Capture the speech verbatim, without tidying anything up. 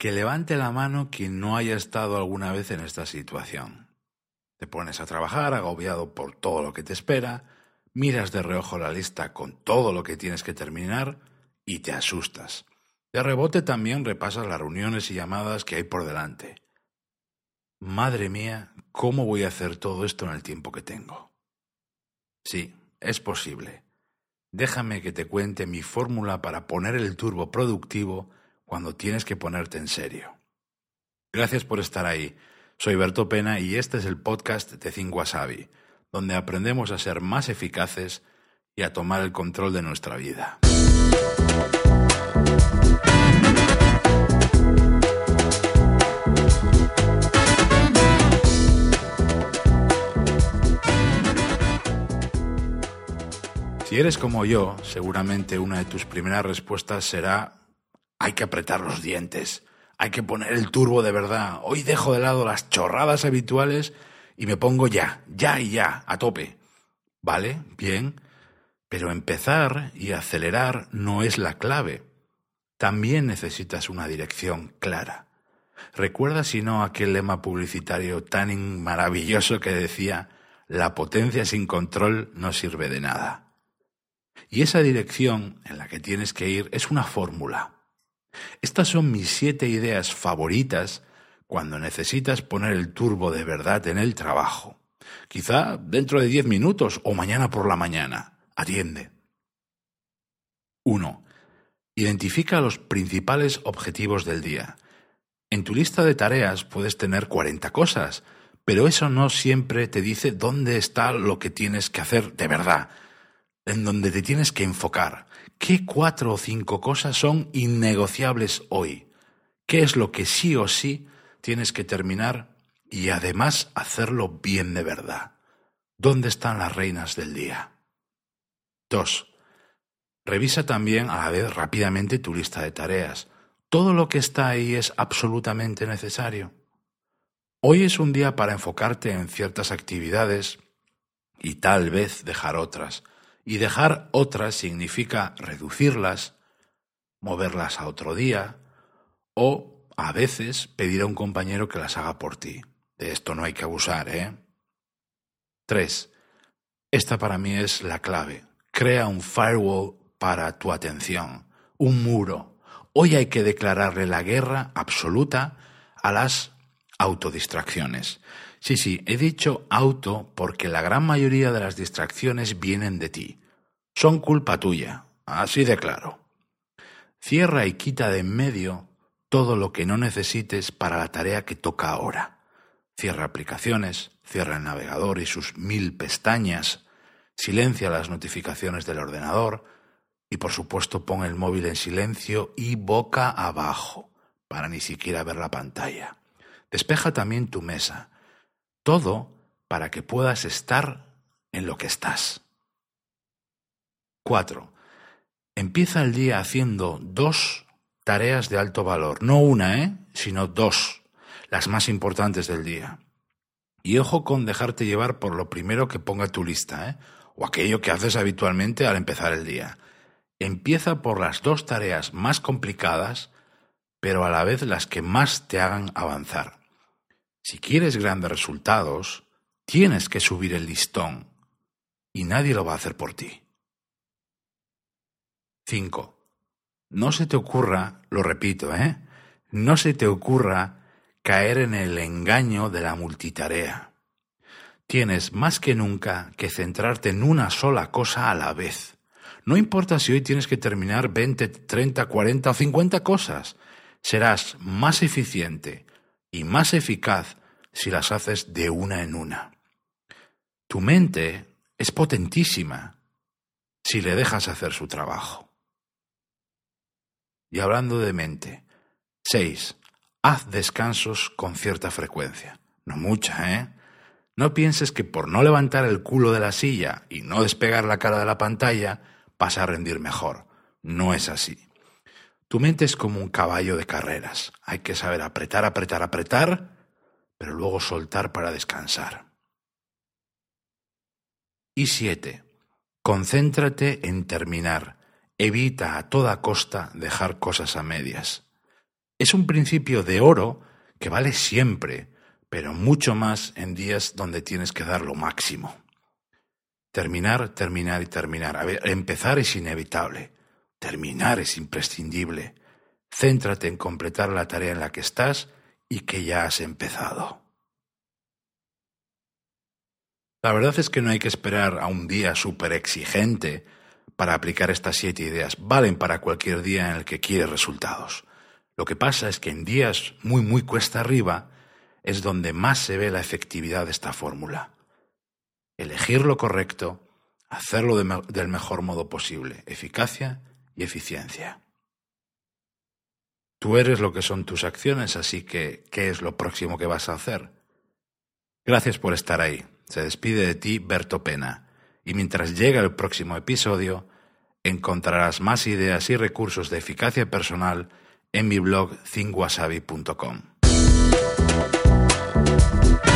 Que levante la mano quien no haya estado alguna vez en esta situación. Te pones a trabajar agobiado por todo lo que te espera, miras de reojo la lista con todo lo que tienes que terminar y te asustas. De rebote también repasas las reuniones y llamadas que hay por delante. Madre mía, ¿cómo voy a hacer todo esto en el tiempo que tengo? Sí, es posible. Déjame que te cuente mi fórmula para poner el turbo productivo cuando tienes que ponerte en serio. Gracias por estar ahí. Soy Berto Pena y este es el podcast de Think Wasabi, donde aprendemos a ser más eficaces y a tomar el control de nuestra vida. Si eres como yo, seguramente una de tus primeras respuestas será: hay que apretar los dientes, hay que poner el turbo de verdad. Hoy dejo de lado las chorradas habituales y me pongo ya, ya y ya, a tope. Vale, bien, pero empezar y acelerar no es la clave. También necesitas una dirección clara. ¿Recuerda si no aquel lema publicitario tan maravilloso que decía: la potencia sin control no sirve de nada? Y esa dirección en la que tienes que ir es una fórmula. Estas son mis siete ideas favoritas cuando necesitas poner el turbo de verdad en el trabajo. Quizá dentro de diez minutos o mañana por la mañana. Atiende. uno. Identifica los principales objetivos del día. En tu lista de tareas puedes tener cuarenta cosas, pero eso no siempre te dice dónde está lo que tienes que hacer de verdad, en donde te tienes que enfocar. ¿Qué cuatro o cinco cosas son innegociables hoy? ¿Qué es lo que sí o sí tienes que terminar y además hacerlo bien de verdad? ¿Dónde están las reinas del día? dos. Revisa también a la vez rápidamente tu lista de tareas. ¿Todo lo que está ahí es absolutamente necesario? Hoy es un día para enfocarte en ciertas actividades y tal vez dejar otras. Y dejar otras significa reducirlas, moverlas a otro día o, a veces, pedir a un compañero que las haga por ti. De esto no hay que abusar, ¿eh? tres. Esta para mí es la clave. Crea un firewall para tu atención, un muro. Hoy hay que declararle la guerra absoluta a las autodistracciones. Sí, sí, he dicho auto porque la gran mayoría de las distracciones vienen de ti. Son culpa tuya, así de claro. Cierra y quita de en medio todo lo que no necesites para la tarea que toca ahora. Cierra aplicaciones, cierra el navegador y sus mil pestañas, silencia las notificaciones del ordenador y, por supuesto, pon el móvil en silencio y boca abajo para ni siquiera ver la pantalla. Despeja también tu mesa. Todo para que puedas estar en lo que estás. cuatro. Empieza el día haciendo dos tareas de alto valor. No una, ¿eh? Sino dos. Las más importantes del día. Y ojo con dejarte llevar por lo primero que ponga tu lista, ¿eh? O aquello que haces habitualmente al empezar el día. Empieza por las dos tareas más complicadas, pero a la vez las que más te hagan avanzar. Si quieres grandes resultados, tienes que subir el listón y nadie lo va a hacer por ti. cinco. No se te ocurra, lo repito, ¿eh? No se te ocurra caer en el engaño de la multitarea. Tienes más que nunca que centrarte en una sola cosa a la vez. No importa si hoy tienes que terminar veinte, treinta, cuarenta o cincuenta cosas. Serás más eficiente y más eficaz si las haces de una en una. Tu mente es potentísima si le dejas hacer su trabajo. Y hablando de mente, seis. Haz descansos con cierta frecuencia. No mucha, ¿eh? No pienses que por no levantar el culo de la silla y no despegar la cara de la pantalla vas a rendir mejor. No es así. Tu mente es como un caballo de carreras. Hay que saber apretar, apretar, apretar, pero luego soltar para descansar. Y siete. Concéntrate en terminar. Evita a toda costa dejar cosas a medias. Es un principio de oro que vale siempre, pero mucho más en días donde tienes que dar lo máximo. Terminar, terminar y terminar. A ver, empezar es inevitable. Terminar es imprescindible. Céntrate en completar la tarea en la que estás y que ya has empezado. La verdad es que no hay que esperar a un día súper exigente para aplicar estas siete ideas. Valen para cualquier día en el que quieres resultados. Lo que pasa es que en días muy, muy cuesta arriba es donde más se ve la efectividad de esta fórmula. Elegir lo correcto, hacerlo de me- del mejor modo posible, eficacia y eficiencia. Tú eres lo que son tus acciones, así que, ¿qué es lo próximo que vas a hacer? Gracias por estar ahí. Se despide de ti Berto Pena. Y mientras llega el próximo episodio, encontrarás más ideas y recursos de eficacia personal en mi blog think wasabi punto com.